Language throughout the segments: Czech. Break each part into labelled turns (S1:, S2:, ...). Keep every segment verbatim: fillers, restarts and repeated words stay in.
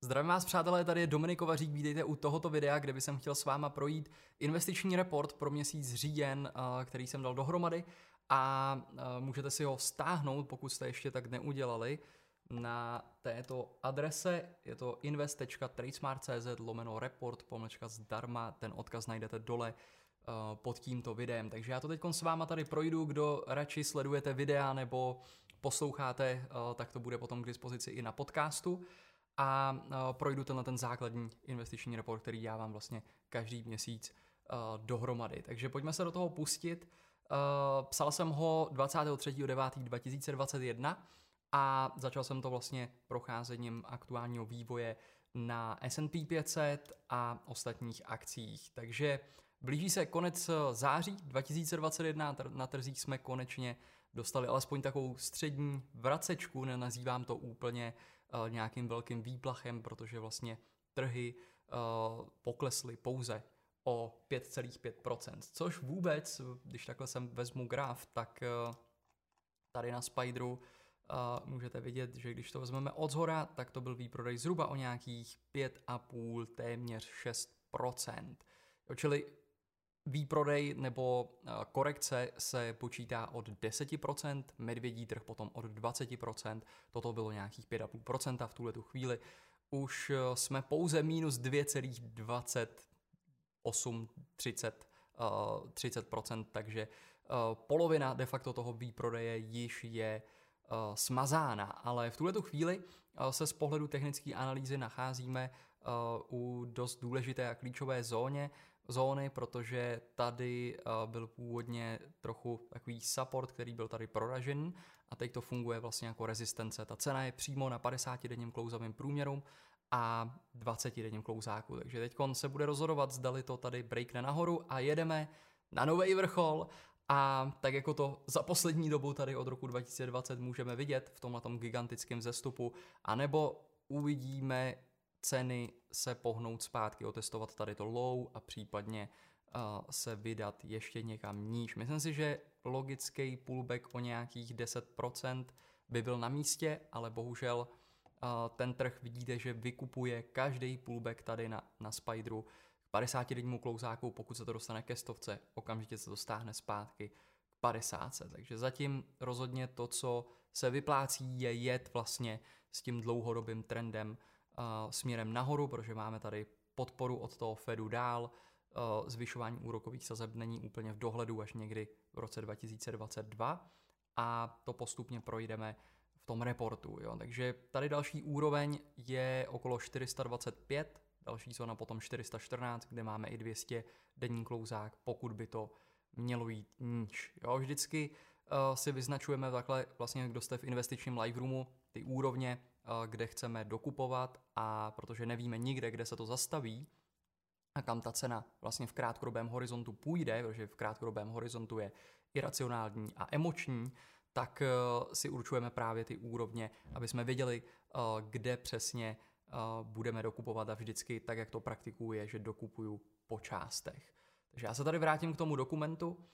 S1: Zdravím vás, přátelé, tady je Dominik Kovařík, vítejte u tohoto videa, kde bych chtěl s váma projít investiční report pro měsíc říjen, který jsem dal dohromady a můžete si ho stáhnout, pokud jste ještě tak neudělali, na této adrese. Je to invest tečka tradesmart tečka cz lomeno report pomlčka zdarma, ten odkaz najdete dole pod tímto videem. Takže já to teď s váma tady projdu, kdo radši sledujete videa nebo posloucháte, tak to bude potom k dispozici i na podcastu. A projdu tenhle ten základní investiční report, který já vám vlastně každý měsíc uh, dohromady. Takže pojďme se do toho pustit. Uh, psal jsem ho dvacátého třetího devátého dva tisíce dvacet jedna a začal jsem to vlastně procházením aktuálního vývoje na S and P pět set a ostatních akcích. Takže blíží se konec září dva tisíce dvacet jedna, na trzích jsme konečně dostali alespoň takovou střední vracečku, nenazývám to úplně uh, nějakým velkým výplachem, protože vlastně trhy uh, poklesly pouze o pět celá pět procenta, což vůbec, když takhle sem vezmu graf, tak uh, tady na Spideru uh, můžete vidět, že když to vezmeme od zhora, tak to byl výprodej zhruba o nějakých pět celá pět, téměř šest procent. Jo, čili výprodej nebo korekce se počítá od deset procent, medvědí trh potom od dvacet procent, toto bylo nějakých pět celá pět procenta v tuhletu chvíli. Už jsme pouze minus dvě celá dvacet osm třicet procent, takže polovina de facto toho výprodeje již je smazána, ale v tuhletu chvíli se z pohledu technické analýzy nacházíme u dost důležité a klíčové zóně, zóny, protože tady byl původně trochu takový support, který byl tady proražený a teď to funguje vlastně jako rezistence. Ta cena je přímo na padesátidenním klouzavém průměru a dvacetidenním klouzáku, takže teď se bude rozhodovat, zdali to tady breakne nahoru a jedeme na nový vrchol. A tak jako to za poslední dobu tady od roku dva tisíce dvacet můžeme vidět v tomhletom gigantickém vzestupu, anebo uvidíme ceny se pohnout zpátky, otestovat tady to low a případně uh, se vydat ještě někam níž. Myslím si, že logický pullback o nějakých deset procent by byl na místě, ale bohužel uh, ten trh vidíte, že vykupuje každý pullback tady na, na Spideru padesátidennímu klouzáku, pokud se to dostane ke stovce, okamžitě se to stáhne zpátky k padesátce. Takže zatím rozhodně to, co se vyplácí, je jet vlastně s tím dlouhodobým trendem uh, směrem nahoru, protože máme tady podporu od toho Fedu dál. Uh, zvyšování úrokových sazeb není úplně v dohledu až někdy v roce dva tisíce dvacet dva a to postupně projdeme v tom reportu. Jo. Takže tady další úroveň je okolo čtyři sta dvacet pět, další zóna potom čtyři sta čtrnáct, kde máme i dvě stě denní klouzák, pokud by to mělo jít níž. Jo, vždycky uh, si vyznačujeme takhle, vlastně kdo jste v investičním live roomu, ty úrovně, uh, kde chceme dokupovat, a protože nevíme nikde, kde se to zastaví a kam ta cena vlastně v krátkodobém horizontu půjde, protože v krátkodobém horizontu je iracionální a emoční, tak uh, si určujeme právě ty úrovně, aby jsme věděli, uh, kde přesně Uh, budeme dokupovat, a vždycky tak, jak to praktikuju, že dokupuju po částech. Takže já se tady vrátím k tomu dokumentu. Uh,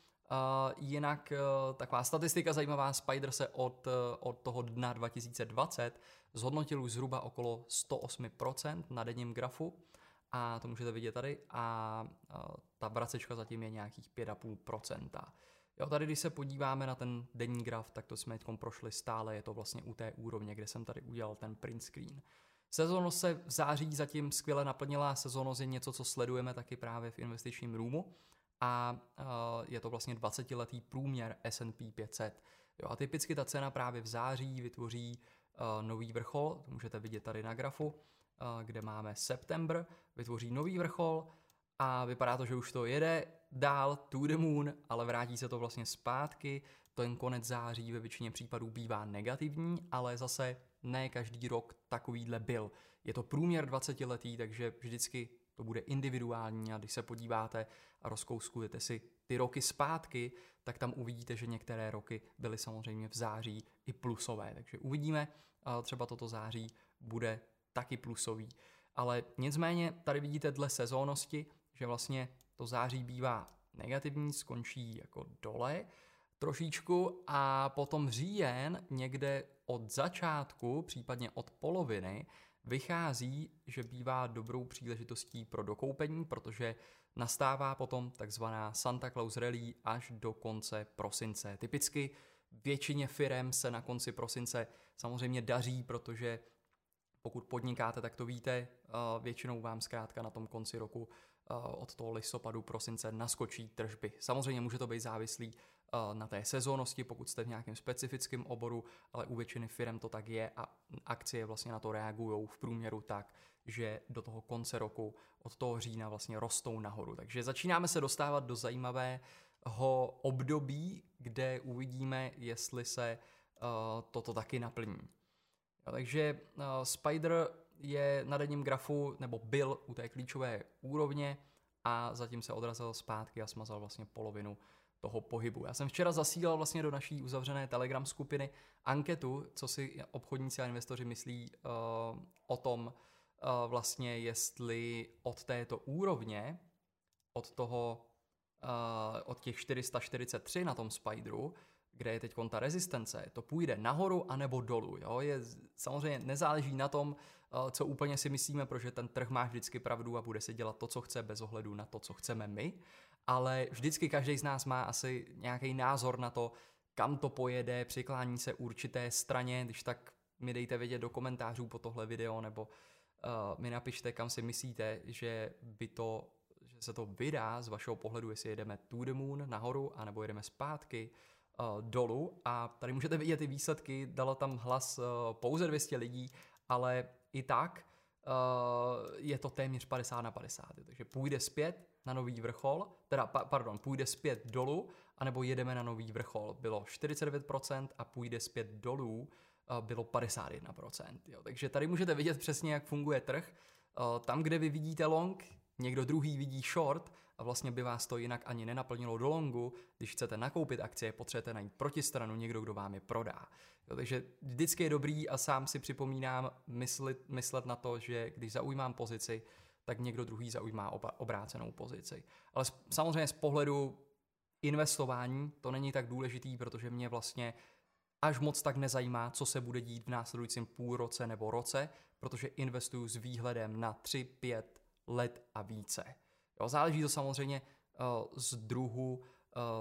S1: jinak uh, taková statistika zajímavá, Spider se od, uh, od toho dna dva tisíce dvacet zhodnotil už zhruba okolo sto osm procent na denním grafu a to můžete vidět tady a uh, ta vracečka zatím je nějakých pět celá pět procenta. Jo, tady když se podíváme na ten denní graf, tak to jsme teď prošli stále, je to vlastně u té úrovně, kde jsem tady udělal ten print screen. Sezónnost se v září zatím skvěle naplnila, sezónnost je něco, co sledujeme taky právě v investičním roomu a uh, je to vlastně dvacetiletý průměr S and P pět set. Jo, a typicky ta cena právě v září vytvoří uh, nový vrchol, to můžete vidět tady na grafu, uh, kde máme September, vytvoří nový vrchol a vypadá to, že už to jede dál to the moon, ale vrátí se to vlastně zpátky. Ten konec září ve většině případů bývá negativní, ale zase ne každý rok takovýhle byl. Je to průměr dvacetiletý, takže vždycky to bude individuální a když se podíváte a rozkouskujete si ty roky zpátky, tak tam uvidíte, že některé roky byly samozřejmě v září i plusové. Takže uvidíme, třeba toto září bude taky plusový. Ale nicméně tady vidíte dle sezónnosti, že vlastně to září bývá negativní, skončí jako dole trošičku a potom říjen někde od začátku, případně od poloviny, vychází, že bývá dobrou příležitostí pro dokoupení, protože nastává potom takzvaná Santa Claus Rally až do konce prosince. Typicky většině firem se na konci prosince samozřejmě daří, protože pokud podnikáte, tak to víte, většinou vám zkrátka na tom konci roku od toho listopadu, prosince naskočí tržby. Samozřejmě může to být závislý na té sezónnosti, pokud jste v nějakém specifickém oboru, ale u většiny firm to tak je a akcie vlastně na to reagují v průměru tak, že do toho konce roku od toho října vlastně rostou nahoru. Takže začínáme se dostávat do zajímavého období, kde uvidíme, jestli se toto taky naplní. Takže Spider je na denním grafu, nebo byl u té klíčové úrovně a zatím se odrazil zpátky a smazal vlastně polovinu toho pohybu. Já jsem včera zasílal vlastně do naší uzavřené Telegram skupiny anketu, co si obchodníci a investoři myslí uh, o tom uh, vlastně, jestli od této úrovně, od toho, uh, od těch čtyři sta čtyřicet tři na tom Spideru, kde je teď ta rezistence, to půjde nahoru anebo dolů. Jo? Je, samozřejmě nezáleží na tom, co úplně si myslíme, protože ten trh má vždycky pravdu a bude si dělat to, co chce, bez ohledu na to, co chceme my, ale vždycky každý z nás má asi nějaký názor na to, kam to pojede, přiklání se určité straně, když tak mi dejte vědět do komentářů po tohle video, nebo uh, mi napište, kam si myslíte, že by to, že se to vydá z vašeho pohledu, jestli jedeme to the moon nahoru, anebo jedeme zpátky uh, dolů. A tady můžete vidět ty výsledky, dalo tam hlas uh, pouze dvě stě lidí, ale i tak uh, je to téměř padesát na padesát, takže půjde zpět na nový vrchol, teda pa, pardon, půjde zpět dolů, anebo jedeme na nový vrchol. Bylo čtyřicet devět procent a půjde zpět dolů, uh, bylo padesát jedna procent. Jo. Takže tady můžete vidět přesně, jak funguje trh. Uh, tam, kde vy vidíte long, někdo druhý vidí short a vlastně by vás to jinak ani nenaplnilo do longu. Když chcete nakoupit akcie, potřebujete najít protistranu, někdo, kdo vám je prodá. Jo, takže vždycky je dobrý a sám si připomínám myslet, myslet na to, že když zaujímám pozici, tak někdo druhý zaujímá oba, obrácenou pozici. Ale samozřejmě z pohledu investování to není tak důležitý, protože mě vlastně až moc tak nezajímá, co se bude dít v následujícím půlroce nebo roce, protože investuju s výhledem na tři pět let a více. Jo, záleží to samozřejmě uh, z druhu uh,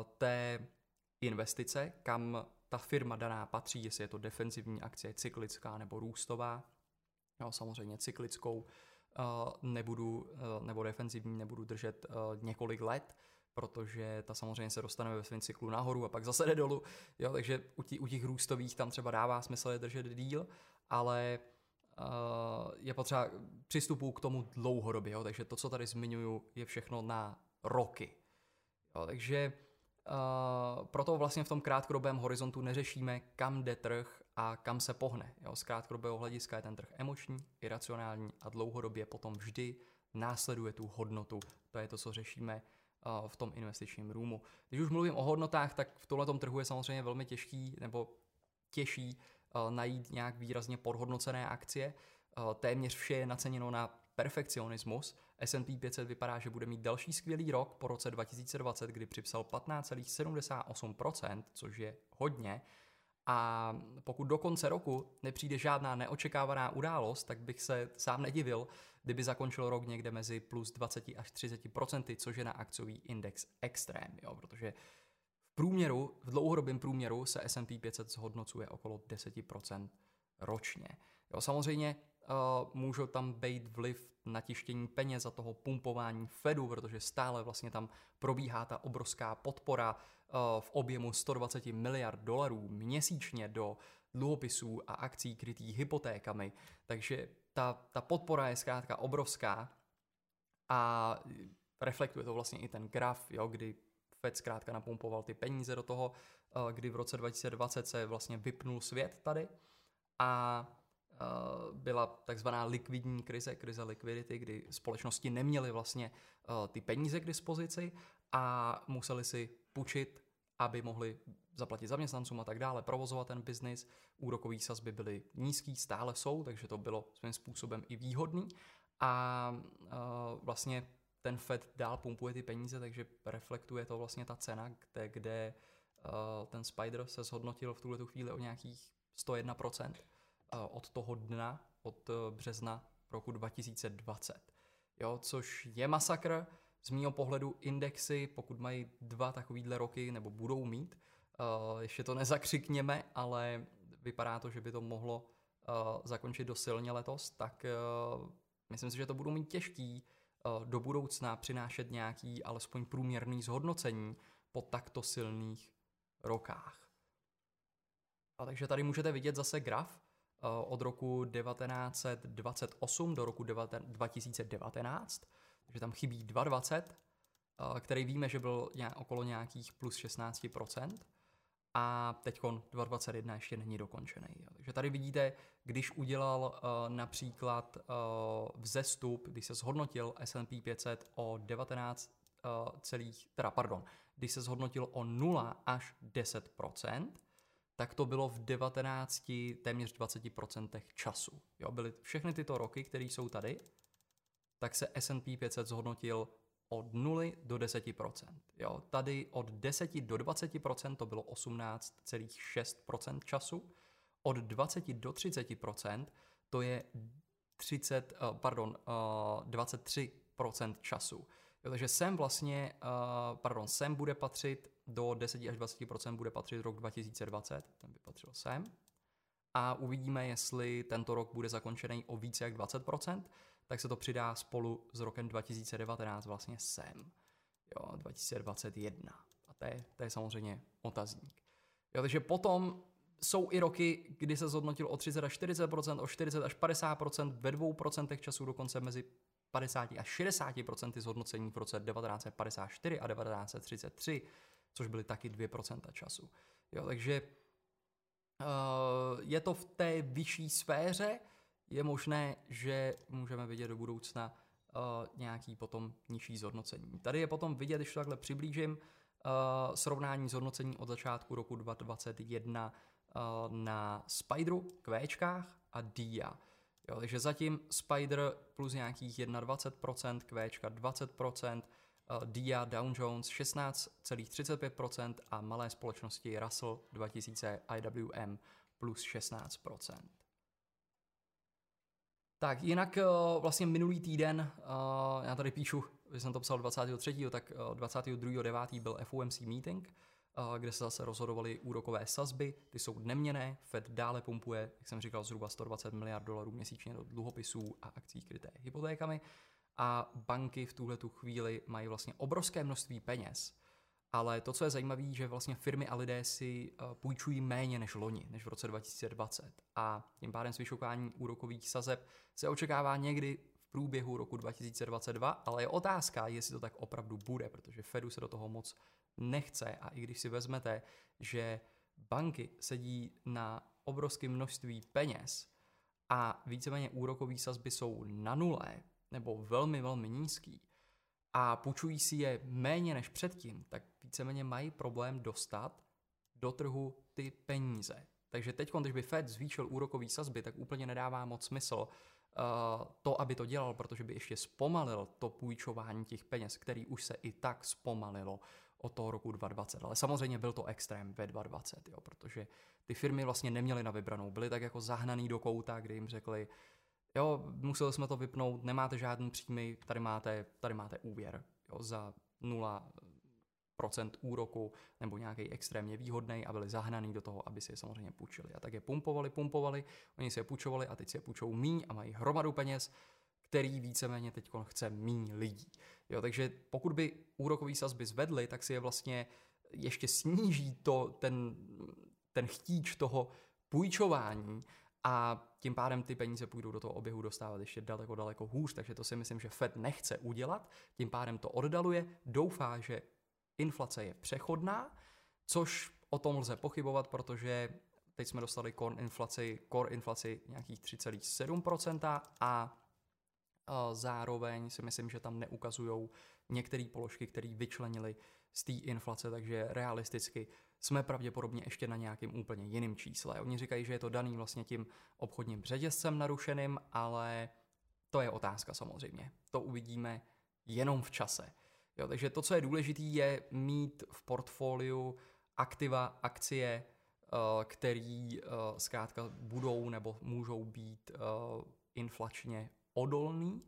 S1: té investice, kam ta firma daná patří, jestli je to defenzivní akcie, cyklická nebo růstová. Jo, samozřejmě cyklickou uh, nebudu, uh, nebo defenzivní nebudu držet uh, několik let, protože ta samozřejmě se dostane ve svém cyklu nahoru a pak zase jde dolů. Jo, takže u, tí, u těch růstových tam třeba dává smysl je držet díl, ale uh, je potřeba přistupu k tomu dlouhodobě. Jo, takže to, co tady zmiňuji, je všechno na roky. Jo, takže Uh, proto vlastně v tom krátkodobém horizontu neřešíme, kam jde trh a kam se pohne. Jo, z krátkodobého hlediska je ten trh emoční, iracionální a dlouhodobě potom vždy následuje tu hodnotu. To je to, co řešíme uh, v tom investičním roomu. Když už mluvím o hodnotách, tak v tomhletom trhu je samozřejmě velmi těžký nebo těžší uh, najít nějak výrazně podhodnocené akcie. Uh, téměř vše je naceněno na perfekcionismus. S and P pět set vypadá, že bude mít další skvělý rok po roce dva tisíce dvacet, kdy připsal patnáct celá sedmdesát osm procent, což je hodně. A pokud do konce roku nepřijde žádná neočekávaná událost, tak bych se sám nedivil, kdyby zakončil rok někde mezi plus dvacet až třicet procent, což je na akciový index extrém, jo, protože v průměru, v dlouhodobém průměru se S and P pět set zhodnocuje okolo deset procent ročně. Jo, samozřejmě Uh, můžou tam být vliv na tištění peněz a toho pumpování Fedu, protože stále vlastně tam probíhá ta obrovská podpora uh, v objemu sto dvacet miliard dolarů měsíčně do dluhopisů a akcí krytých hypotékami. Takže ta, ta podpora je zkrátka obrovská a reflektuje to vlastně i ten graf, jo, kdy Fed zkrátka napumpoval ty peníze do toho, uh, kdy v roce dva tisíce dvacet se vlastně vypnul svět tady a byla takzvaná likvidní krize, krize liquidity, kdy společnosti neměly vlastně ty peníze k dispozici a museli si půjčit, aby mohli zaplatit zaměstnancům a tak dále, provozovat ten biznis. Úrokové sazby byly nízký, stále jsou, takže to bylo svým způsobem i výhodný a vlastně ten Fed dál pumpuje ty peníze, takže reflektuje to vlastně ta cena, kde, kde ten Spider se zhodnotil v tuhletu chvíli o nějakých sto jedna procent od toho dna od března roku dva tisíce dvacet. Jo, což je masakr. Z mýho pohledu indexy, pokud mají dva takovýhle roky, nebo budou mít, uh, ještě to nezakřikněme, ale vypadá to, že by to mohlo uh, zakončit dost silně letos, tak uh, myslím si, že to budou mít těžký uh, do budoucna přinášet nějaký alespoň průměrný zhodnocení po takto silných rokách. A takže tady můžete vidět zase graf uh, od roku devatenáct set dvacet osm do roku dva tisíce devatenáct, takže tam chybí dva tisíce dvacet, uh, který víme, že byl nějak, okolo nějakých plus šestnáct procent a teď dva tisíce dvacet jedna ještě není dokončený. Jo. Takže tady vidíte, když udělal uh, například uh, vzestup, když se zhodnotil S and P pět set o devatenáct uh, celých, teda pardon, když se zhodnotil o nula až deset procent, tak to bylo v devatenácti, téměř dvaceti procentech času. Jo, byly všechny tyto roky, které jsou tady, tak se S and P pět set zhodnotil od nuly do deseti procent. Jo, tady od deseti do dvaceti procent to bylo osmnáct celá šest procent času, od dvaceti do třiceti procent to je třicet, pardon, dvacet tři procent času. Jo, takže sem vlastně, pardon, sem bude patřit do deset až dvacet procent bude patřit rok dva tisíce dvacet, ten by patřil sem. A uvidíme, jestli tento rok bude zakončený o více jak dvacet procent, tak se to přidá spolu s rokem dva tisíce devatenáct vlastně sem. Jo, dva tisíce dvacet jedna. A to je, to je samozřejmě otazník. Jo, takže potom jsou i roky, kdy se zhodnotil o třicet až čtyřicet procent, o čtyřicet až padesát procent, ve dvou procentech času dokonce mezi padesát až šedesát procent zhodnocení v roce devatenáct set padesát čtyři a devatenáct set třicet tři, což byly taky dvě procenta času. Jo, takže uh, je to v té vyšší sféře, je možné, že můžeme vidět do budoucna uh, nějaký potom nižší zhodnocení. Tady je potom vidět, když to takhle přiblížím, uh, srovnání zhodnocení od začátku roku dva tisíce dvacet jedna uh, na Spideru, Qčkách a D I A. Jo, takže zatím Spider plus nějakých dvacet jedna procent, Qčka dvacet procent, D I A Dow Jones šestnáct celá třicet pět procent a malé společnosti Russell dva tisíce I W M plus šestnáct procent. Tak jinak vlastně minulý týden, já tady píšu, že jsem to psal dvacátého třetího tak dvacátého druhého devátého byl F O M C meeting, kde se zase rozhodovaly úrokové sazby, ty jsou neměnné, Fed dále pumpuje, jak jsem říkal, zhruba sto dvacet miliard dolarů měsíčně do dluhopisů a akcí kryté hypotékami a banky v tuhletu chvíli mají vlastně obrovské množství peněz, ale to, co je zajímavé, že vlastně firmy a lidé si půjčují méně než loni, než v roce dva tisíce dvacet a tím pádem zvyšování úrokových sazeb se očekává někdy v průběhu roku dva tisíce dvacet dva, ale je otázka, jestli to tak opravdu bude, protože Fedu se do toho moc nechce a i když si vezmete, že banky sedí na obrovské množství peněz a víceméně úrokové sazby jsou na nule nebo velmi, velmi nízký a půjčují si je méně než předtím, tak víceméně mají problém dostat do trhu ty peníze. Takže teď, když by Fed zvýšil úrokové sazby, tak úplně nedává moc smysl uh, to, aby to dělal, protože by ještě zpomalil to půjčování těch peněz, který už se i tak zpomalilo od toho roku dva tisíce dvacet. Ale samozřejmě byl to extrém ve dva tisíce dvacet, jo, protože ty firmy vlastně neměly na vybranou. Byly tak jako zahnaný do kouta, kdy jim řekli, jo, museli jsme to vypnout, nemáte žádný příjmy, tady máte, tady máte úvěr, jo, za nula procent úroku nebo nějaký extrémně výhodný a byli zahnaný do toho, aby si je samozřejmě půjčili. A tak je pumpovali, pumpovali, oni si je půjčovali a teď si je půjčou míň a mají hromadu peněz, který víceméně teď chce míň lidí. Jo, takže pokud by úrokové sazby zvedly, tak si je vlastně ještě sníží to, ten, ten chtíč toho půjčování a tím pádem ty peníze půjdou do toho oběhu dostávat ještě daleko, daleko hůř, takže to si myslím, že Fed nechce udělat, tím pádem to oddaluje, doufá, že inflace je přechodná, což o tom lze pochybovat, protože teď jsme dostali core inflaci, core inflaci nějakých tři celá sedm procenta a zároveň si myslím, že tam neukazují některé položky, které vyčlenili z té inflace, takže realisticky jsme pravděpodobně ještě na nějakým úplně jiným čísle. Oni říkají, že je to daný vlastně tím obchodním řetězcem narušeným, ale to je otázka samozřejmě. To uvidíme jenom v čase. Jo, takže to, co je důležité, je mít v portfoliu aktiva, akcie, který zkrátka budou nebo můžou být inflačně odolný.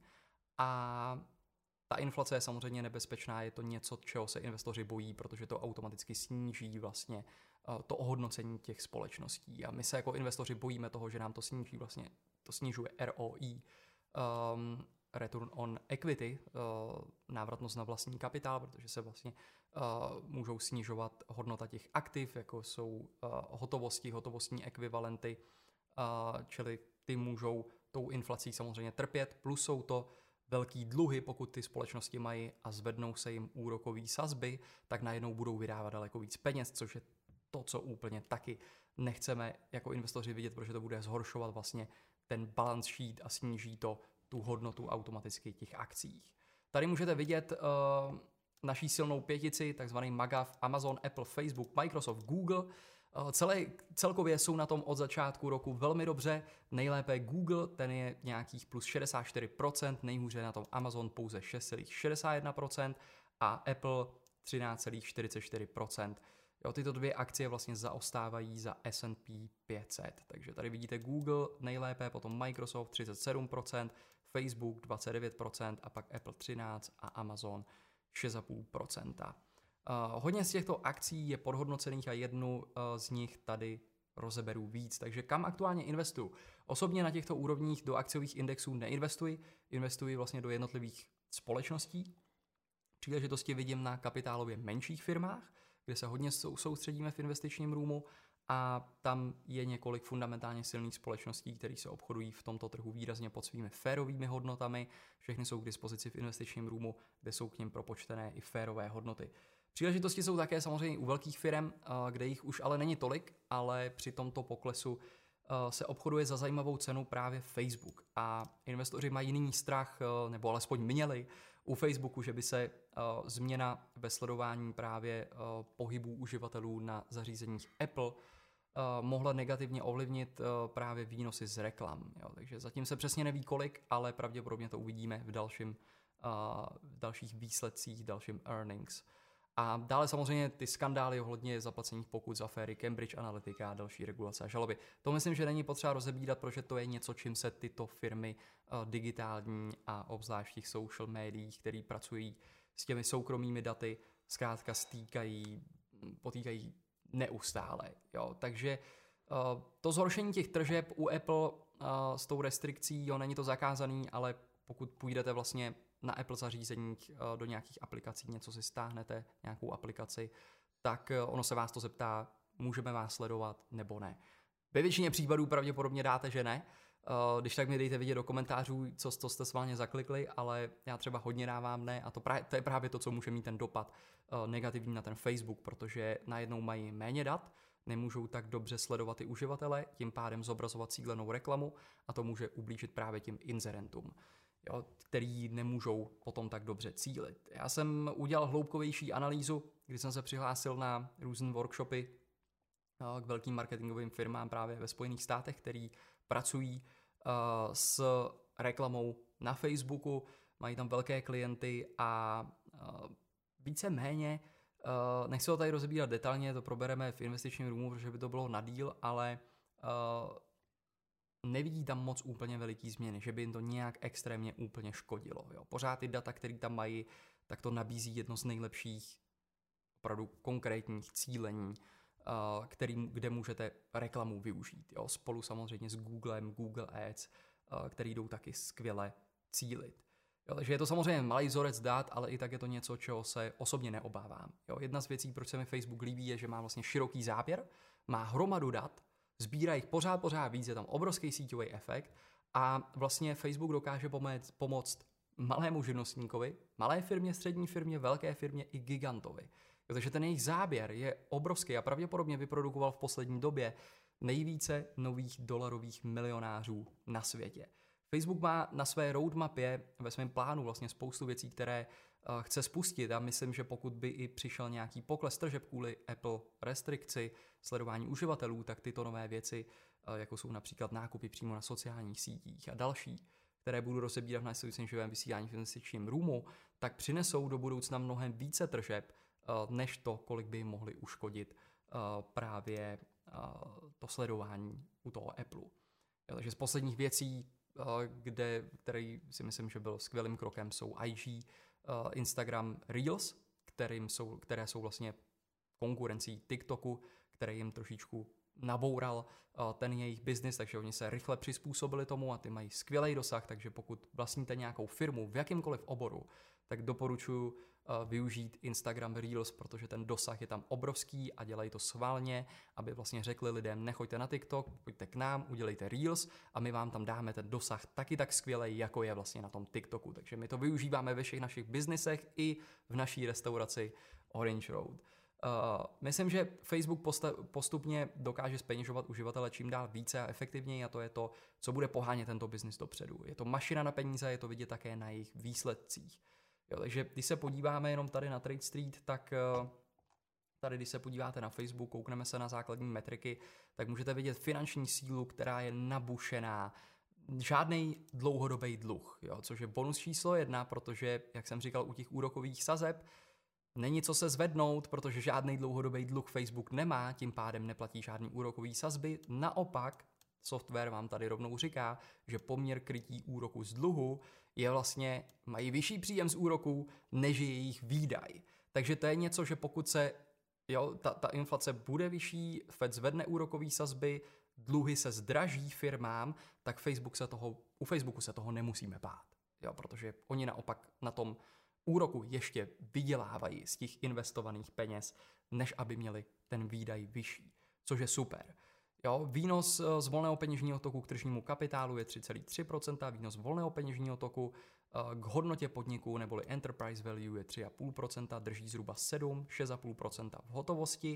S1: A ta inflace je samozřejmě nebezpečná, je to něco, čeho se investoři bojí, protože to automaticky sníží vlastně to ohodnocení těch společností. A my se jako investoři bojíme toho, že nám to sníží vlastně, to snižuje R O I, um, Return on Equity, uh, návratnost na vlastní kapitál, protože se vlastně uh, můžou snižovat hodnota těch aktiv, jako jsou uh, hotovosti, hotovostní ekvivalenty, uh, čili ty můžou tou inflací samozřejmě trpět, plus jsou to velký dluhy, pokud ty společnosti mají a zvednou se jim úrokové sazby, tak najednou budou vydávat daleko víc peněz, což je to, co úplně taky nechceme jako investoři vidět, protože to bude zhoršovat vlastně ten balance sheet a sníží to tu hodnotu automaticky těch akcích. Tady můžete vidět uh, naší silnou pětici, takzvaný MAGAF, Amazon, Apple, Facebook, Microsoft, Google. Uh, celé, celkově jsou na tom od začátku roku velmi dobře. Nejlépe Google, ten je nějakých plus šedesát čtyři procent, nejhůře na tom Amazon pouze šest celá šedesát jedna procent a Apple třináct celá čtyřicet čtyři procent. Jo, tyto dvě akcie vlastně zaostávají za S and P pět set. Takže tady vidíte Google nejlépe, potom Microsoft třicet sedm procent, Facebook dvacet devět procent a pak Apple třináct procent a Amazon šest celá pět procenta. Uh, hodně z těchto akcí je podhodnocených a jednu uh, z nich tady rozeberu víc. Takže kam aktuálně investuju? Osobně na těchto úrovních do akciových indexů neinvestuji, investuji vlastně do jednotlivých společností. Příležitosti vidím na kapitálově menších firmách, kde se hodně soustředíme v investičním roomu a tam je několik fundamentálně silných společností, které se obchodují v tomto trhu výrazně pod svými férovými hodnotami. Všechny jsou k dispozici v investičním roomu, kde jsou k nim propočtené i férové hodnoty. Příležitosti jsou také samozřejmě u velkých firm, kde jich už ale není tolik, ale při tomto poklesu se obchoduje za zajímavou cenu právě Facebook. A investoři mají nyní strach, nebo alespoň měli, u Facebooku, že by se uh, změna ve sledování právě uh, pohybů uživatelů na zařízeních Apple uh, mohla negativně ovlivnit uh, právě výnosy z reklam. Jo. Takže zatím se přesně neví kolik, ale pravděpodobně to uvidíme v, dalším, uh, v dalších výsledcích, dalším earnings. A dále samozřejmě ty skandály ohledně zaplacených pokut z aféry Cambridge Analytica a další regulace a žaloby. To myslím, že není potřeba rozebírat, protože to je něco, čím se tyto firmy uh, digitální a obzvlášť v těch social médiích, které pracují s těmi soukromými daty, zkrátka stýkají, potýkají neustále. Jo. Takže uh, to zhoršení těch tržeb u Apple uh, s tou restrikcí, jo, není to zakázaný, ale pokud půjdete vlastně na Apple zařízeních do nějakých aplikací, něco si stáhnete, nějakou aplikaci, tak ono se vás to zeptá, můžeme vás sledovat nebo ne. Ve většině případů pravděpodobně dáte, že ne. Když tak mi dejte vidět do komentářů, co, co jste sválně zaklikli, ale já třeba hodně dávám ne a to, právě, to je právě to, co může mít ten dopad negativní na ten Facebook, protože najednou mají méně dat, nemůžou tak dobře sledovat i uživatele, tím pádem zobrazovat cílenou reklamu a to může ublížit právě těm inzerentům, jo, který nemůžou potom tak dobře cílit. Já jsem udělal hloubkovější analýzu, kdy jsem se přihlásil na různé workshopy k velkým marketingovým firmám právě ve Spojených státech, který pracují uh, s reklamou na Facebooku, mají tam velké klienty a uh, víceméně, uh, nechci ho tady rozebírat detailně, to probereme v investičním roomu, protože by to bylo na díl, ale uh, nevidí tam moc úplně veliký změny, že by jim to nějak extrémně úplně škodilo. Jo. Pořád ty data, které tam mají, tak to nabízí jedno z nejlepších opravdu konkrétních cílení, uh, který, kde můžete reklamu využít. Jo. Spolu samozřejmě s Googlem, Google Ads, uh, který jdou taky skvěle cílit. Jo, takže je to samozřejmě malý vzorec dat, ale i tak je to něco, čeho se osobně neobávám. Jo. Jedna z věcí, proč se mi Facebook líbí, je, že má vlastně široký záběr, má hromadu dat, sbírá jich pořád, pořád víc, je tam obrovský síťový efekt a vlastně Facebook dokáže pomoct, pomoct malému živnostníkovi, malé firmě, střední firmě, velké firmě i gigantovi. Takže ten jejich záběr je obrovský a pravděpodobně vyprodukoval v poslední době nejvíce nových dolarových milionářů na světě. Facebook má na své roadmapě, ve svém plánu vlastně spoustu věcí, které uh, chce spustit a myslím, že pokud by i přišel nějaký pokles tržeb kvůli Apple restrikci, sledování uživatelů, tak tyto nové věci, uh, jako jsou například nákupy přímo na sociálních sítích a další, které budu rozebírat v následujícím živém vysílání v investičním roomu, tak přinesou do budoucna mnohem více tržeb, uh, než to, kolik by jim mohli uškodit uh, právě to sledování u toho Apple. Jo, takže z posledních věcí, kde, který si myslím, že byl skvělým krokem, jsou I G, Instagram Reels, kterým jsou, které jsou vlastně konkurencí TikToku, který jim trošičku naboural ten jejich biznis, takže oni se rychle přizpůsobili tomu a ty mají skvělý dosah, takže pokud vlastníte nějakou firmu v jakýmkoliv oboru, tak doporučuji využít Instagram Reels, protože ten dosah je tam obrovský a dělají to schválně, aby vlastně řekli lidem, nechoďte na TikTok, pojďte k nám, udělejte Reels a my vám tam dáme ten dosah taky tak skvělej, jako je vlastně na tom TikToku. Takže my to využíváme ve všech našich biznisech i v naší restauraci Orange Road. Uh, myslím, že Facebook posta- postupně dokáže zpeněžovat uživatele čím dál více a efektivněji a to je to, co bude pohánět tento biznis dopředu. Je to mašina na peníze, je to vidět také na jejich výsledcích. Jo, takže když se podíváme jenom tady na Trade Street, tak uh, tady když se podíváte na Facebook, koukneme se na základní metriky, tak můžete vidět finanční sílu, která je nabušená. Žádnej dlouhodobý dluh, jo, což je bonus číslo jedna, protože, jak jsem říkal, u těch úrokových sazeb není co se zvednout, protože žádný dlouhodobý dluh Facebook nemá, tím pádem neplatí žádný úrokový sazby. Naopak, software vám tady rovnou říká, že poměr krytí úroku z dluhu je vlastně, mají vyšší příjem z úroků, než je jejich výdaj. Takže to je něco, že pokud se, jo, ta, ta inflace bude vyšší, Fed zvedne úrokový sazby, dluhy se zdraží firmám, tak Facebook se toho, u Facebooku se toho nemusíme bát, jo, protože oni naopak na tom úroku ještě vydělávají z těch investovaných peněz, než aby měli ten výdaj vyšší, což je super. Jo, výnos z volného peněžního toku k tržnímu kapitálu je tři celá tři procenta, výnos volného peněžního toku k hodnotě podniku neboli enterprise value je tři celá pět procenta, drží zhruba sedm, šest celá pět procenta v hotovosti.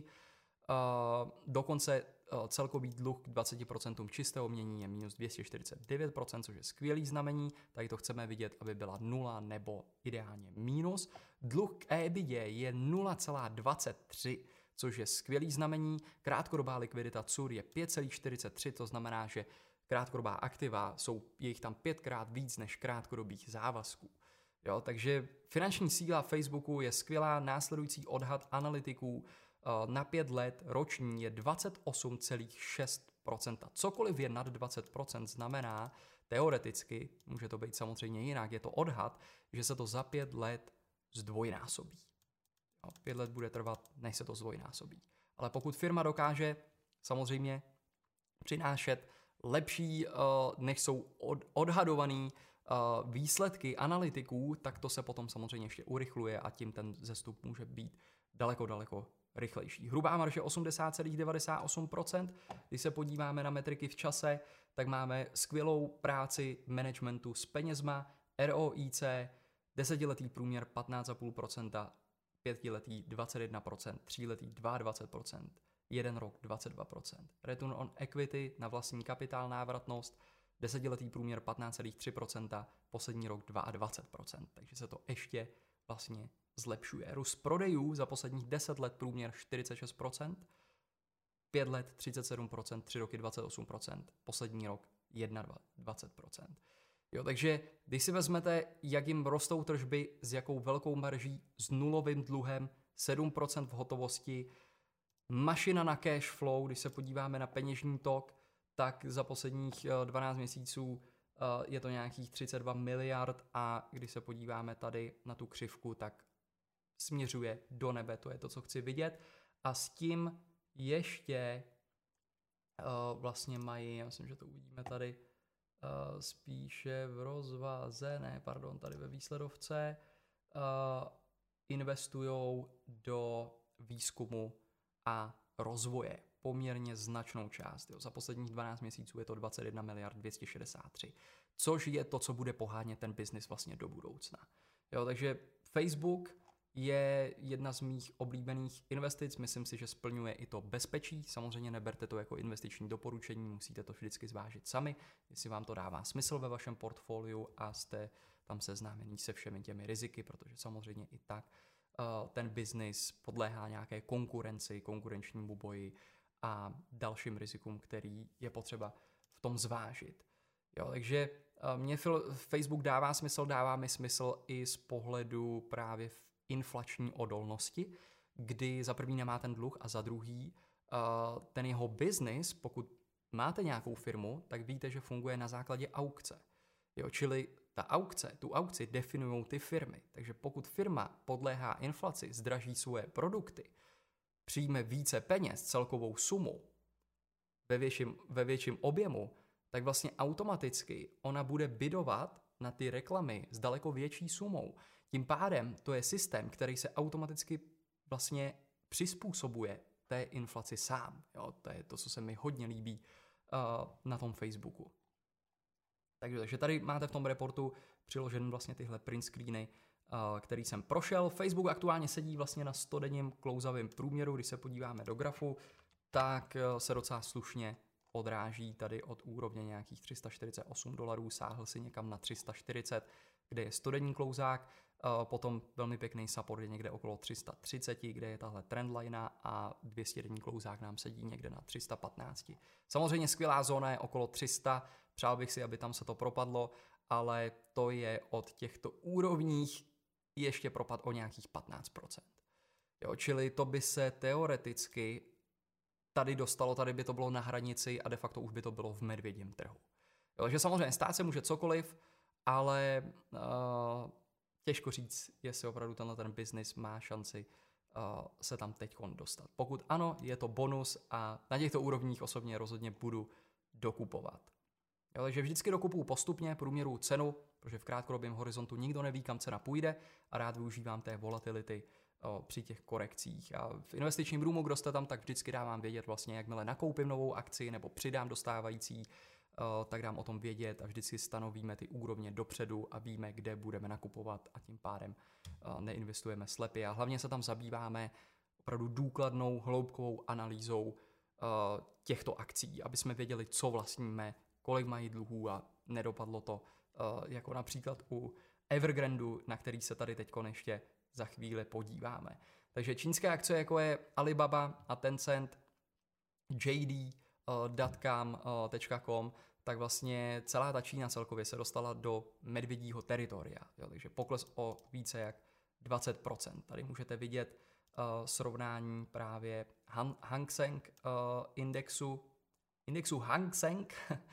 S1: Dokonce celkový dluh k dvacet procent čistého mění je minus dvě stě čtyřicet devět procent, což je skvělý znamení. Tady to chceme vidět, aby byla nula nebo ideálně mínus. Dluh k EBITDA je nula celá dvacet tři, což je skvělý znamení. Krátkodobá likvidita C U R je pět celá čtyřicet tři, to znamená, že krátkodobá aktiva jsou, je jich tam pětkrát víc než krátkodobých závazků. Jo, takže finanční síla Facebooku je skvělá, následující odhad analytiků na pět let roční je dvacet osm celá šest procenta. Cokoliv je nad dvacet procent znamená teoreticky, může to být samozřejmě jinak, je to odhad, že se to za pět let zdvojnásobí. Jo, pět let bude trvat, než se to zdvojnásobí. Ale pokud firma dokáže samozřejmě přinášet lepší, než jsou odhadovaný výsledky analytiků, tak to se potom samozřejmě ještě urychluje a tím ten zestup může být daleko, daleko rychlejší. Hrubá marže osmdesát celá devadesát osm procent. Když se podíváme na metriky v čase, tak máme skvělou práci managementu s penězma, R O I C, desetiletý průměr patnáct celá pět procenta, pětiletý dvacet jedna procent, tříletý dvacet dva procent, jeden rok dvacet dva procent. Return on equity na vlastní kapitál návratnost, desetiletý průměr patnáct celá tři procenta, poslední rok dvacet dva procent. Takže se to ještě vlastně zlepšuje. Růst prodejů za posledních deset let průměr čtyřicet šest procent, pět let třicet sedm procent, tři roky dvacet osm procent, poslední rok dvacet jedna procent. Jo, takže když si vezmete, jak jim rostou tržby, s jakou velkou marží, s nulovým dluhem, sedm procent v hotovosti, mašina na cash flow, když se podíváme na peněžní tok, tak za posledních dvanáct měsíců je to nějakých třicet dva miliard a když se podíváme tady na tu křivku, tak směřuje do nebe, to je to, co chci vidět. A s tím ještě uh, vlastně mají, já myslím, že to uvidíme tady uh, spíše v rozvaze, ne, pardon, tady ve výsledovce, uh, investujou do výzkumu a rozvoje poměrně značnou část. Jo. Za posledních dvanáct měsíců je to dvacet jedna miliard dvě stě šedesát tři, což je to, co bude pohánět ten biznis vlastně do budoucna. Jo, takže Facebook je jedna z mých oblíbených investic, myslím si, že splňuje i to bezpečí, samozřejmě neberte to jako investiční doporučení, musíte to vždycky zvážit sami, jestli vám to dává smysl ve vašem portfoliu a jste tam seznámení se všemi těmi riziky, protože samozřejmě i tak uh, ten biznis podléhá nějaké konkurenci, konkurenčnímu boji a dalším rizikům, který je potřeba v tom zvážit. Jo, takže uh, mě Facebook dává smysl, dává mi smysl i z pohledu právě inflační odolnosti, kdy za první nemá ten dluh a za druhý ten jeho biznis, pokud máte nějakou firmu, tak víte, že funguje na základě aukce. Jo, čili ta aukce, tu aukci definují ty firmy. Takže pokud firma podléhá inflaci, zdraží svoje produkty, přijme více peněz, celkovou sumu, ve větším, ve větším objemu, tak vlastně automaticky ona bude bidovat na ty reklamy s daleko větší sumou. Tím pádem to je systém, který se automaticky vlastně přizpůsobuje té inflaci sám. Jo, to je to, co se mi hodně líbí uh, na tom Facebooku. Takže, takže tady máte v tom reportu přiložen vlastně tyhle print screeny, uh, který jsem prošel. Facebook aktuálně sedí vlastně na stodenním klouzavém průměru. Když se podíváme do grafu, tak uh, se docela slušně odráží tady od úrovně nějakých tři sta čtyřicet osm dolarů, sáhl si někam na tři sta čtyřicet, kde je stodenní klouzák, potom velmi pěkný support je někde okolo tři sta třicet, kde je tahle trendline a dvě stě denní klouzák nám sedí někde na tři sta patnáct. Samozřejmě skvělá zóna je okolo tři sta, přál bych si, aby tam se to propadlo, ale to je od těchto úrovních ještě propad o nějakých patnáct procent. Jo, čili to by se teoreticky tady dostalo, tady by to bylo na hranici a de facto už by to bylo v medvědím trhu. Jo, takže samozřejmě stát se může cokoliv, ale uh, těžko říct, jestli opravdu tenhle ten biznis má šanci uh, se tam teď dostat. Pokud ano, je to bonus a na těchto úrovních osobně rozhodně budu dokupovat. Jo, takže vždycky dokupuju postupně průměru cenu, protože v krátkodobém horizontu nikdo neví, kam cena půjde a rád využívám té volatility o, při těch korekcích. A v investičním roomu, kdo jste tam, tak vždycky dávám vědět vlastně, jakmile nakoupím novou akci nebo přidám dostávající, o, tak dám o tom vědět a vždycky stanovíme ty úrovně dopředu a víme, kde budeme nakupovat a tím pádem o, neinvestujeme slepě. A hlavně se tam zabýváme opravdu důkladnou, hloubkovou analýzou o, těchto akcí, aby jsme věděli, co vlastníme, kolik mají dluhů a nedopadlo to uh, jako například u Evergrandu, na který se tady teď ještě za chvíli podíváme. Takže čínské akcie, jako je Alibaba a Tencent, J D tečka com, tak vlastně celá ta Čína celkově se dostala do medvědího teritoria. Jo, takže pokles o více jak dvacet procent. Tady můžete vidět uh, srovnání právě Han- Hang Seng uh, indexu, indexu Hang Seng,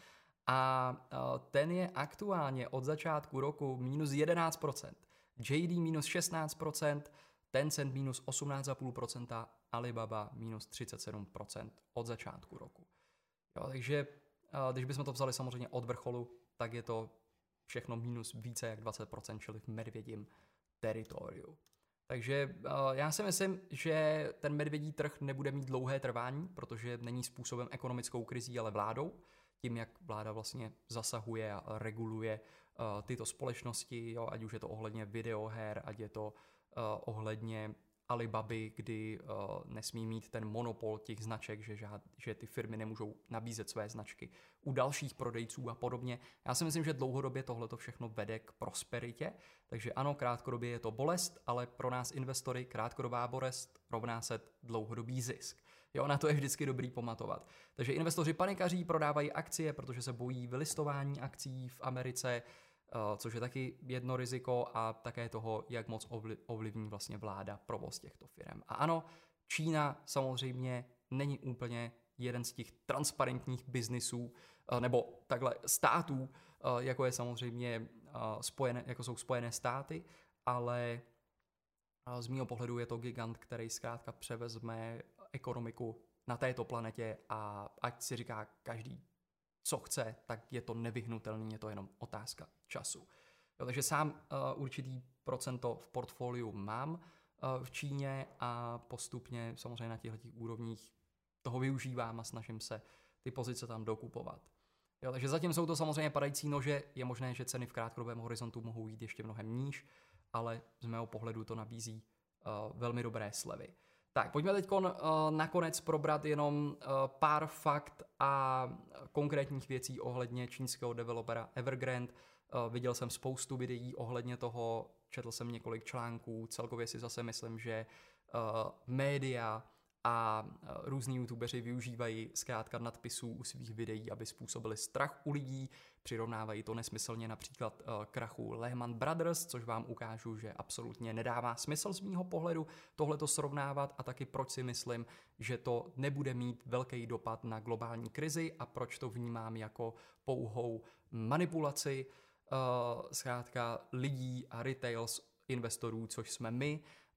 S1: a ten je aktuálně od začátku roku minus jedenáct procent, J D minus šestnáct procent, Tencent minus osmnáct celá pět procenta, Alibaba minus třicet sedm procent od začátku roku. Jo, takže když bychom to vzali samozřejmě od vrcholu, tak je to všechno minus více jak dvacet procent, čili v medvědím teritoriu. Takže já si myslím, že ten medvědí trh nebude mít dlouhé trvání, protože není způsobem ekonomickou krizí, ale vládou. Tím, jak vláda vlastně zasahuje a reguluje uh, tyto společnosti, jo, ať už je to ohledně videoher, ať je to uh, ohledně Alibaby, kdy uh, nesmí mít ten monopol těch značek, že, žád, že ty firmy nemůžou nabízet své značky u dalších prodejců a podobně. Já si myslím, že dlouhodobě tohleto všechno vede k prosperitě, takže ano, krátkodobě je to bolest, ale pro nás investory krátkodobá bolest rovná se dlouhodobý zisk. Jo, na to je vždycky dobrý pamatovat. Takže investoři panikaří, prodávají akcie, protože se bojí vylistování akcí v Americe, což je taky jedno riziko a také toho, jak moc ovlivní vlastně vláda provoz těchto firm. A ano, Čína samozřejmě není úplně jeden z těch transparentních biznisů nebo takhle států, jako je samozřejmě spojené, jako jsou Spojené státy, ale z mého pohledu je to gigant, který zkrátka převezme ekonomiku na této planetě a ať si říká každý, co chce, tak je to nevyhnutelný, je to jenom otázka času. Jo, takže sám uh, určitý procento v portfoliu mám uh, v Číně a postupně samozřejmě na těchto úrovních toho využívám a snažím se ty pozice tam dokupovat. Jo, takže zatím jsou to samozřejmě padající nože, je možné, že ceny v krátkodobém horizontu mohou jít ještě mnohem níž, ale z mého pohledu to nabízí uh, velmi dobré slevy. Tak, pojďme teď uh, nakonec probrat jenom uh, pár fakt a konkrétních věcí ohledně čínského developera Evergrande. Uh, viděl jsem spoustu videí ohledně toho, četl jsem několik článků, celkově si zase myslím, že uh, média a různí youtubeři využívají zkrátka nadpisů u svých videí, aby způsobili strach u lidí, přirovnávají to nesmyslně například krachu Lehman Brothers, což vám ukážu, že absolutně nedává smysl z mýho pohledu tohleto srovnávat a taky proč si myslím, že to nebude mít velký dopad na globální krizi a proč to vnímám jako pouhou manipulaci zkrátka lidí a retails investorů, což jsme my,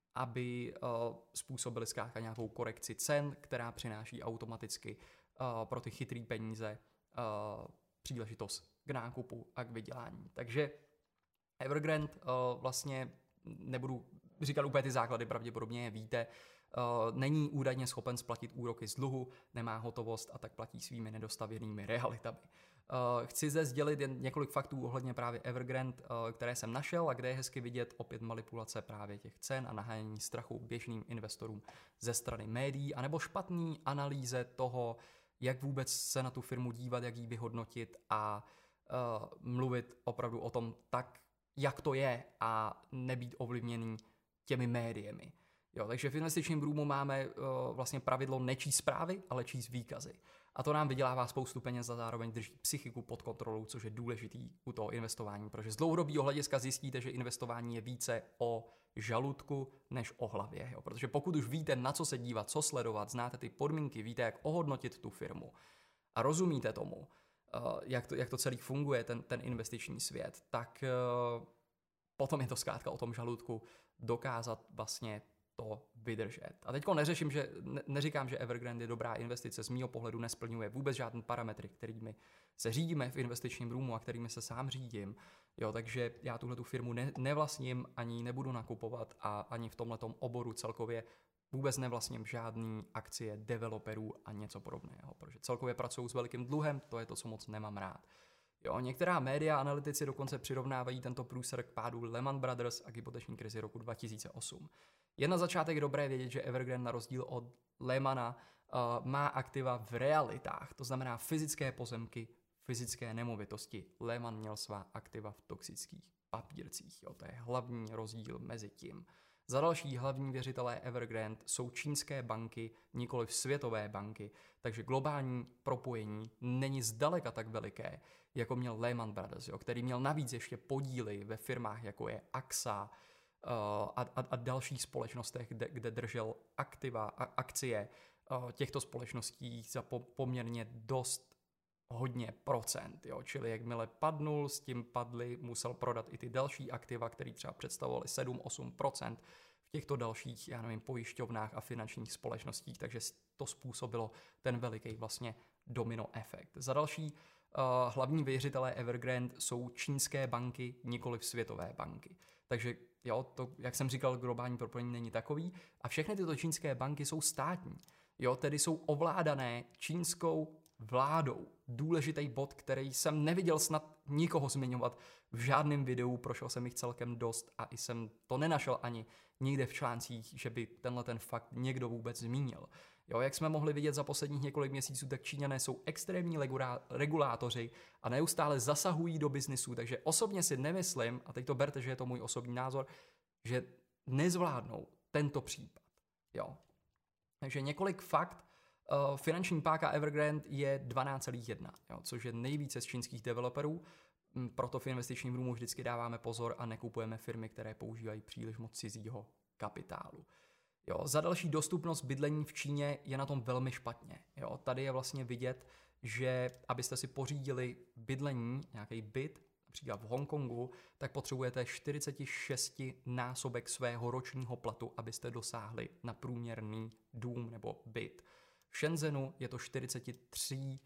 S1: aby uh, způsobili zkrátka nějakou korekci cen, která přináší automaticky uh, pro ty chytrý peníze uh, příležitost k nákupu a k vydělání. Takže Evergrande uh, vlastně nebudu říkat úplně ty základy, pravděpodobně je víte, uh, není údajně schopen splatit úroky z dluhu, nemá hotovost a tak platí svými nedostavěnými realitami. Uh, chci zde sdělit jen několik faktů ohledně právě Evergrande, uh, které jsem našel a kde je hezky vidět opět manipulace právě těch cen a nahánění strachu běžným investorům ze strany médií, anebo špatný analýze toho, jak vůbec se na tu firmu dívat, jak ji vyhodnotit a uh, mluvit opravdu o tom tak, jak to je a nebýt ovlivněný těmi médiemi. Jo, takže v investičním roomu máme uh, vlastně pravidlo nečíst zprávy, ale číst výkazy. A to nám vydělává spoustu peněz a zároveň drží psychiku pod kontrolou, což je důležitý u toho investování, protože z dlouhodobého hlediska zjistíte, že investování je více o žaludku než o hlavě. Jo? Protože pokud už víte, na co se dívat, co sledovat, znáte ty podmínky, víte, jak ohodnotit tu firmu a rozumíte tomu, uh, jak, to, jak to celý funguje, ten, ten investiční svět, tak uh, potom je to zkrátka o tom žaludku dokázat vlastně to vydržet. A teďko neřeším, že ne, neříkám, že Evergrande je dobrá investice, z mýho pohledu nesplňuje vůbec žádný parametry, kterými se řídíme v investičním roomu a kterými se sám řídím. Jo, takže já tuhle tu firmu ne, nevlastním, ani nebudu nakupovat a ani v tomhletom oboru celkově vůbec nevlastním žádný akcie developerů a něco podobného, protože celkově pracují s velkým dluhem, to je to, co moc nemám rád. Jo, některá média a analytici dokonce přirovnávají tento průser k pádu Lehman Brothers a k hypoteční krizi roku dva tisíce osm. Je na začátek dobré vědět, že Evergrande na rozdíl od Lehmana uh, má aktiva v realitách, to znamená fyzické pozemky, fyzické nemovitosti. Lehman měl svá aktiva v toxických papírcích. Jo, to je hlavní rozdíl mezi tím. Za další hlavní věřitelé Evergrande jsou čínské banky, nikoliv světové banky, takže globální propojení není zdaleka tak veliké, jako měl Lehman Brothers, jo, který měl navíc ještě podíly ve firmách, jako je A X A uh, a, a, a dalších společnostech, kde, kde držel aktiva, a, akcie uh, těchto společností za po, poměrně dost hodně procent, jo, čili jakmile padnul, s tím padly, musel prodat i ty další aktiva, které třeba představovaly sedm až osm procent v těchto dalších, já nevím, pojišťovnách a finančních společnostích, takže to způsobilo ten veliký vlastně domino efekt. Za další, uh, hlavní věřitelé Evergrande jsou čínské banky, nikoliv světové banky. Takže jo, to, jak jsem říkal, globální propojení není takový a všechny tyto čínské banky jsou státní, jo, tedy jsou ovládané čínskou vládou. Důležitý bod, který jsem neviděl snad nikoho zmiňovat v žádném videu, prošel jsem jich celkem dost a i jsem to nenašel ani nikde v článcích, že by tenhle ten fakt někdo vůbec zmínil. Jo, jak jsme mohli vidět za posledních několik měsíců, tak Číňané jsou extrémní regulátoři a neustále zasahují do biznisu, takže osobně si nemyslím, a teď to berte, že je to můj osobní názor, že nezvládnou tento případ. Jo. Takže několik fakt. Uh, finanční páka Evergrande je dvanáct celá jedna, jo, což je nejvíce z čínských developerů, proto v investičním roomu vždycky dáváme pozor a nekupujeme firmy, které používají příliš moc cizího kapitálu. Jo, za další, dostupnost bydlení v Číně je na tom velmi špatně. Jo, tady je vlastně vidět, že abyste si pořídili bydlení, nějaký byt, například v Hongkongu, tak potřebujete čtyřicet šest násobek svého ročního platu, abyste dosáhli na průměrný dům nebo byt. V Shenzhenu je to čtyřicet tři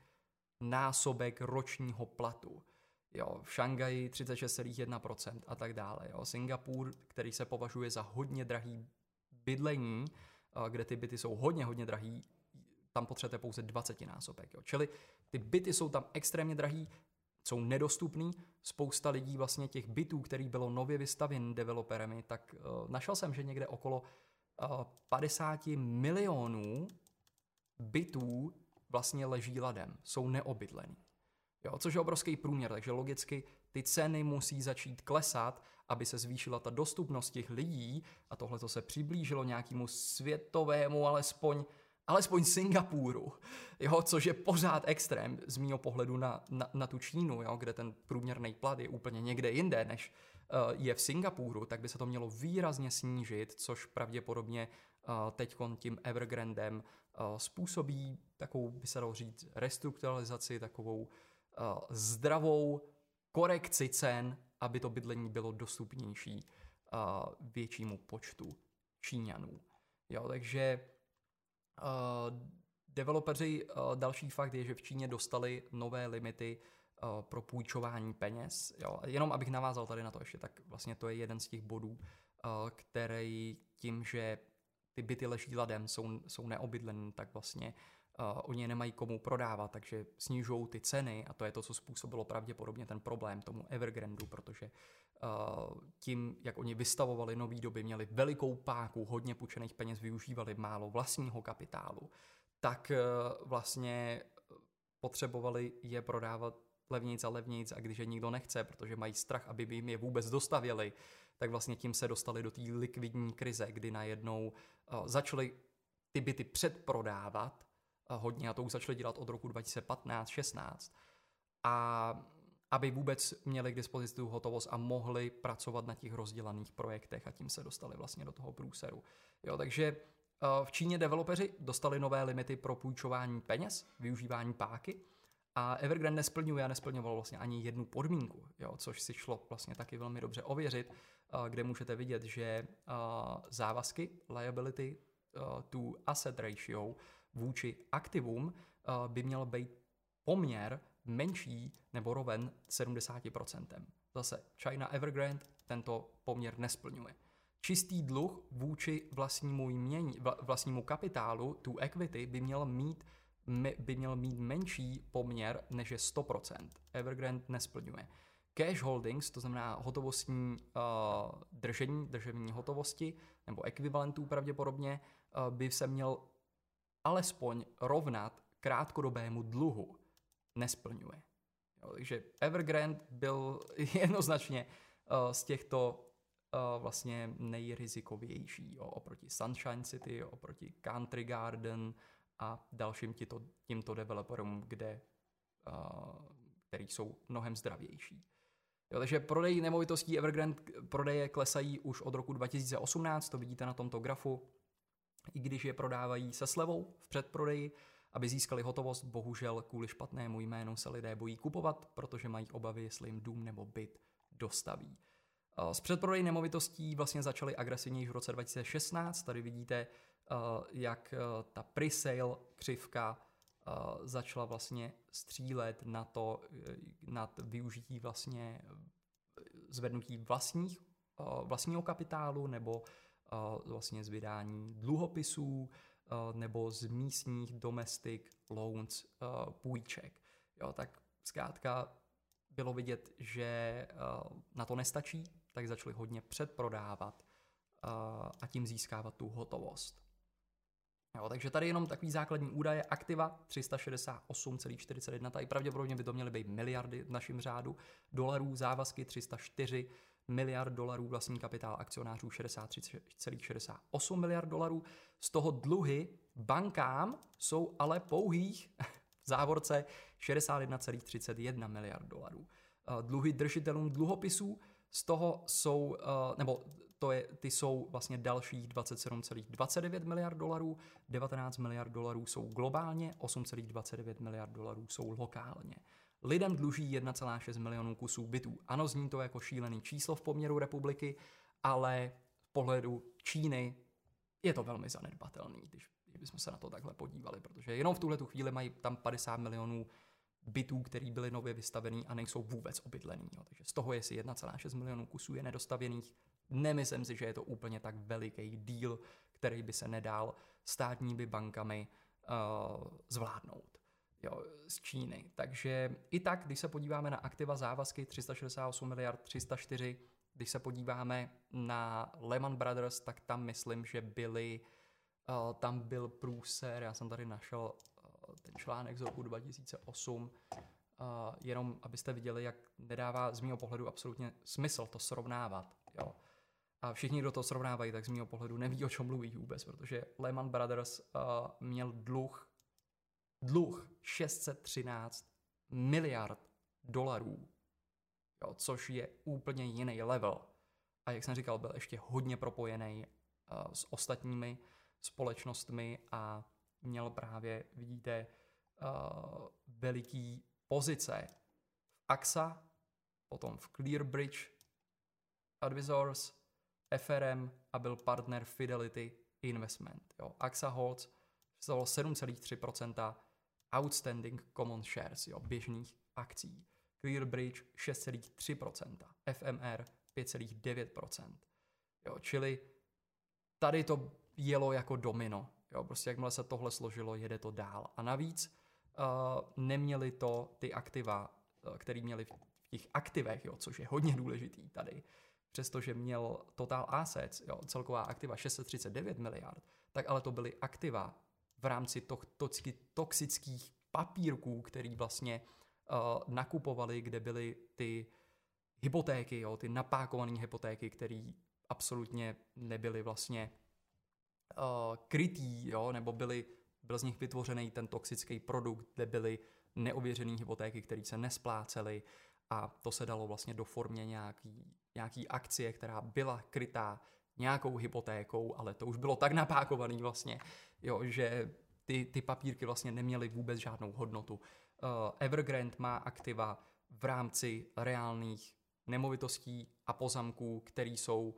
S1: násobek ročního platu. Jo, v Šanghaji třicet šest celá jedna procenta a tak dále. Jo. Singapur, který se považuje za hodně drahý bydlení, kde ty byty jsou hodně, hodně drahý, tam potřebujete pouze dvacet násobek. Jo. Čili ty byty jsou tam extrémně drahý, jsou nedostupný. Spousta lidí vlastně těch bytů, který bylo nově vystavěn developerami, tak uh, našel jsem, že někde okolo uh, padesát milionů bytů vlastně leží ladem, jsou neobydlený. Jo, což je obrovský průměr, takže logicky ty ceny musí začít klesat, aby se zvýšila ta dostupnost těch lidí a tohle to se přiblížilo nějakému světovému alespoň alespoň Singapuru, jo, což je pořád extrém z mýho pohledu na, na, na tu Čínu, jo, kde ten průměrný plat je úplně někde jinde, než uh, je v Singapuru, tak by se to mělo výrazně snížit, což pravděpodobně uh, teďkon tím Evergrandem uh, způsobí takovou, by se dalo říct, restrukturalizaci, takovou uh, zdravou korekci cen, aby to bydlení bylo dostupnější uh, většímu počtu Číňanů. Jo, takže uh, developeři, uh, další fakt je, že v Číně dostali nové limity uh, pro půjčování peněz. Jo. Jenom abych navázal tady na to ještě, tak vlastně to je jeden z těch bodů, uh, který tím, že ty byty leží ladem, jsou, jsou neobydlený, tak vlastně uh, oni je nemají komu prodávat, takže snižují ty ceny a to je to, co způsobilo pravděpodobně ten problém tomu Evergrandu, protože Uh, tím, jak oni vystavovali nový doby, měli velikou páku, hodně půjčených peněz, využívali málo vlastního kapitálu, tak uh, vlastně potřebovali je prodávat levnějc a levnějc a když je nikdo nechce, protože mají strach, aby by jim je vůbec dostavěli, tak vlastně tím se dostali do té likvidní krize, kdy najednou uh, začali ty byty předprodávat uh, hodně a to už začali dělat od roku dva tisíce patnáct šestnáct a aby vůbec měli k dispozici tu hotovost a mohli pracovat na těch rozdělaných projektech a tím se dostali vlastně do toho průseru. Jo, takže uh, v Číně developeři dostali nové limity pro půjčování peněz, využívání páky a Evergrande nesplňuje a nesplňoval vlastně ani jednu podmínku, jo, což si šlo vlastně taky velmi dobře ověřit, uh, kde můžete vidět, že uh, závazky, liability uh, to asset ratio vůči aktivům uh, by měl být poměr menší nebo roven sedmdesát procent. Zase China Evergrande tento poměr nesplňuje. Čistý dluh vůči vlastnímu jmění, vlastnímu kapitálu, tu equity, by měl mít, by měl mít menší poměr než je sto procent. Evergrande nesplňuje. Cash holdings, to znamená hotovostní uh, držení, držení hotovosti, nebo ekvivalentů pravděpodobně, uh, by se měl alespoň rovnat krátkodobému dluhu. Nesplňuje. Jo, takže Evergrande byl jednoznačně uh, z těchto uh, vlastně nejrizikovější, jo, oproti Sunshine City, jo, oproti Country Garden a dalším tímto, tímto developerům, kde, uh, který jsou mnohem zdravější. Jo, takže prodej nemovitostí Evergrande prodeje klesají už od roku dva tisíce osmnáct, to vidíte na tomto grafu, i když je prodávají se slevou v předprodeji, aby získali hotovost, bohužel kvůli špatnému jménu se lidé bojí kupovat, protože mají obavy, jestli jim dům nebo byt dostaví. S předprodej nemovitostí vlastně začaly agresivněji v roce dva tisíce šestnáct. Tady vidíte, jak ta pre-sale křivka začala vlastně střílet na to, nad využití vlastně zvednutí vlastních, vlastního kapitálu nebo vlastně z vydání dluhopisů, nebo z místních domestic loans uh, půjček. Jo, tak zkrátka bylo vidět, že uh, na to nestačí, tak začali hodně předprodávat uh, a tím získávat tu hotovost. Jo, takže tady jenom takový základní údaje. Aktiva tři sta šedesát osm celá čtyřicet jedna, tady pravděpodobně by to měly být miliardy v našem řádu dolarů, závazky tři sta čtyři miliard dolarů, vlastní kapitál akcionářů šedesát tři celá šedesát osm miliard dolarů. Z toho dluhy bankám jsou ale pouhých v závorce šedesát jedna celá třicet jedna miliard dolarů. Dluhy držitelům dluhopisů z toho jsou, nebo to je, ty jsou vlastně dalších dvacet sedm celá dvacet devět miliard dolarů, devatenáct miliard dolarů jsou globálně, osm celá dvacet devět miliard dolarů jsou lokálně. Lidem dluží jedna celá šest milionů kusů bytů. Ano, zní to jako šílený číslo v poměru republiky, ale v pohledu Číny je to velmi zanedbatelný, když, když bychom se na to takhle podívali, protože jenom v tuhletu chvíli mají tam padesát milionů bytů, které byly nově vystavený a nejsou vůbec obydlený. Jo. Takže z toho, jestli jedna celá šest milionů kusů je nedostavěných, nemyslím si, že je to úplně tak veliký díl, který by se nedal státními bankami uh, zvládnout. Jo, z Číny. Takže i tak, když se podíváme na aktiva závazky tři sta šedesát osm miliard, tři sta čtyři, když se podíváme na Lehman Brothers, tak tam myslím, že byly, uh, tam byl průser, já jsem tady našel uh, ten článek z roku dva tisíce osm, uh, jenom abyste viděli, jak nedává z mého pohledu absolutně smysl to srovnávat. Jo. A všichni, kdo to srovnávají, tak z mého pohledu neví, o čem mluví vůbec, protože Lehman Brothers uh, měl dluh, dluh šest set třináct miliard dolarů, jo, což je úplně jiný level. A jak jsem říkal, byl ještě hodně propojený uh, s ostatními společnostmi a měl právě, vidíte, uh, veliký pozice v A X A, potom v Clearbridge Advisors, F R M a byl partner Fidelity Investment. Jo. A X A Holds představovalo sedm celá tři procenta outstanding common shares, jo, běžných akcí. Clearbridge šest celá tři procenta, F M R pět celá devět procenta. Jo, čili tady to jelo jako domino. Jo, prostě jakmile se tohle složilo, jede to dál. A navíc uh, neměli to ty aktiva, uh, který měli v těch aktivech, jo, což je hodně důležitý tady, přestože měl Total Assets, jo, celková aktiva šest set třicet devět miliard, tak ale to byly aktiva v rámci to, toxi, toxických papírků, který vlastně uh, nakupovali, kde byly ty hypotéky, jo, ty napákované hypotéky, které absolutně nebyly vlastně uh, krytý, jo, nebo byly, byl z nich vytvořený ten toxický produkt, kde byly neověřené hypotéky, které se nesplácely, a to se dalo vlastně do formě nějaký, nějaký akcie, která byla krytá nějakou hypotékou, ale to už bylo tak napákovaný vlastně, jo, že ty, ty papírky vlastně neměly vůbec žádnou hodnotu. Uh, Evergrande má aktiva v rámci reálných nemovitostí a pozemků, které jsou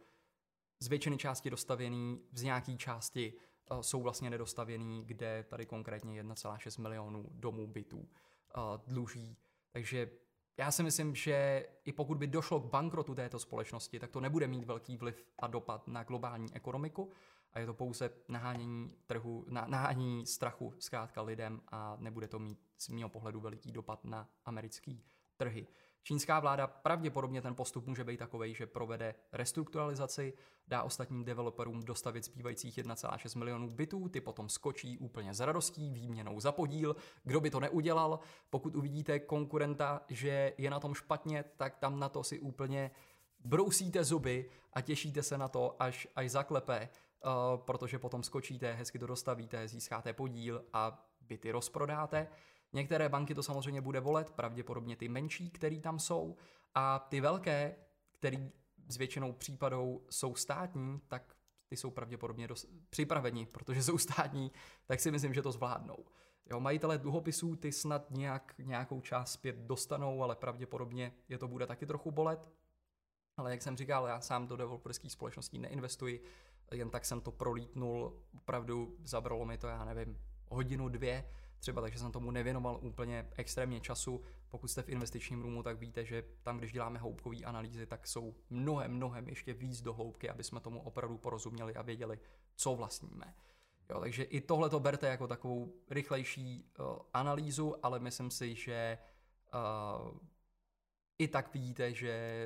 S1: z většiny části dostavěný, z nějaké části uh, jsou vlastně nedostavěný, kde tady konkrétně jedna celá šest milionů domů, bytů uh, dluží. Takže já si myslím, že i pokud by došlo k bankrotu této společnosti, tak to nebude mít velký vliv a dopad na globální ekonomiku a je to pouze nahánění trhu, nahánění strachu zkrátka lidem a nebude to mít z mého pohledu veliký dopad na americký trhy. Čínská vláda pravděpodobně ten postup může být takovej, že provede restrukturalizaci, dá ostatním developerům dostavit zbývajících jedna celá šest milionů bytů, ty potom skočí úplně s radostí, výměnou za podíl. Kdo by to neudělal? Pokud uvidíte konkurenta, že je na tom špatně, tak tam na to si úplně brousíte zuby a těšíte se na to, až, až zaklepe, uh, protože potom skočíte, hezky to dostavíte, získáte podíl a byty rozprodáte. Některé banky to samozřejmě bude volet, pravděpodobně ty menší, které tam jsou, a ty velké, které s většinou případů jsou státní, tak ty jsou pravděpodobně dost připraveni, protože jsou státní, tak si myslím, že to zvládnou. Jo, majitelé dluhopisů ty snad nějak, nějakou část zpět dostanou, ale pravděpodobně je to bude taky trochu bolet. Ale jak jsem říkal, já sám do developerských společností neinvestuji, jen tak jsem to prolítnul, opravdu zabralo mi to, já nevím, hodinu, dvě, třeba, takže jsem tomu nevěnoval úplně extrémně času. Pokud jste v investičním roomu, tak víte, že tam, když děláme hloubkové analýzy, tak jsou mnohem, mnohem ještě víc do hloubky, aby jsme tomu opravdu porozuměli a věděli, co vlastníme. Jo, takže i tohle to berte jako takovou rychlejší uh, analýzu, ale myslím si, že uh, i tak vidíte, že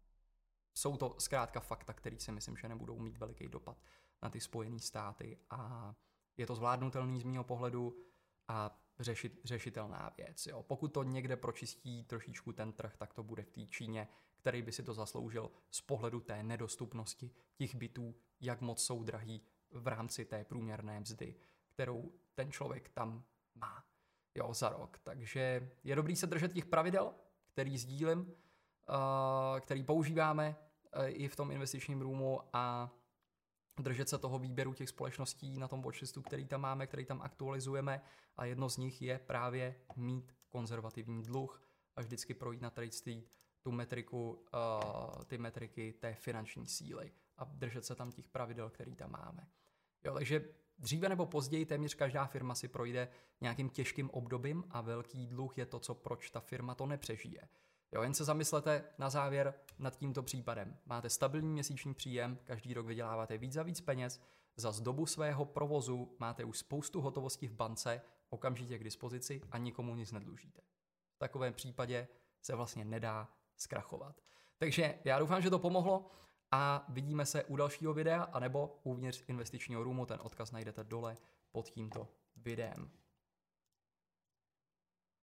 S1: jsou to zkrátka fakta, které si myslím, že nebudou mít veliký dopad na ty Spojené státy a je to zvládnutelný z mého pohledu a řešit, řešitelná věc. Jo. Pokud to někde pročistí trošičku ten trh, tak to bude v té Číně, který by si to zasloužil z pohledu té nedostupnosti těch bytů, jak moc jsou drahý v rámci té průměrné mzdy, kterou ten člověk tam má, jo, za rok. Takže je dobrý se držet těch pravidel, který sdílím, uh, který používáme uh, i v tom investičním roomu a držet se toho výběru těch společností na tom watchlistu, který tam máme, který tam aktualizujeme, a jedno z nich je právě mít konzervativní dluh a vždycky projít na Trade Street tu metriku, uh, ty metriky té finanční síly a držet se tam těch pravidel, který tam máme. Jo, takže dříve nebo později téměř každá firma si projde nějakým těžkým obdobím a velký dluh je to, co proč ta firma to nepřežije. Jo, jen se zamyslete na závěr nad tímto případem. Máte stabilní měsíční příjem, každý rok vyděláváte víc a víc peněz, za dobu svého provozu máte už spoustu hotovosti v bance, okamžitě k dispozici a nikomu nic nedlužíte. V takovém případě se vlastně nedá zkrachovat. Takže já doufám, že to pomohlo a vidíme se u dalšího videa anebo uvnitř investičního roomu. Ten odkaz najdete dole pod tímto videem.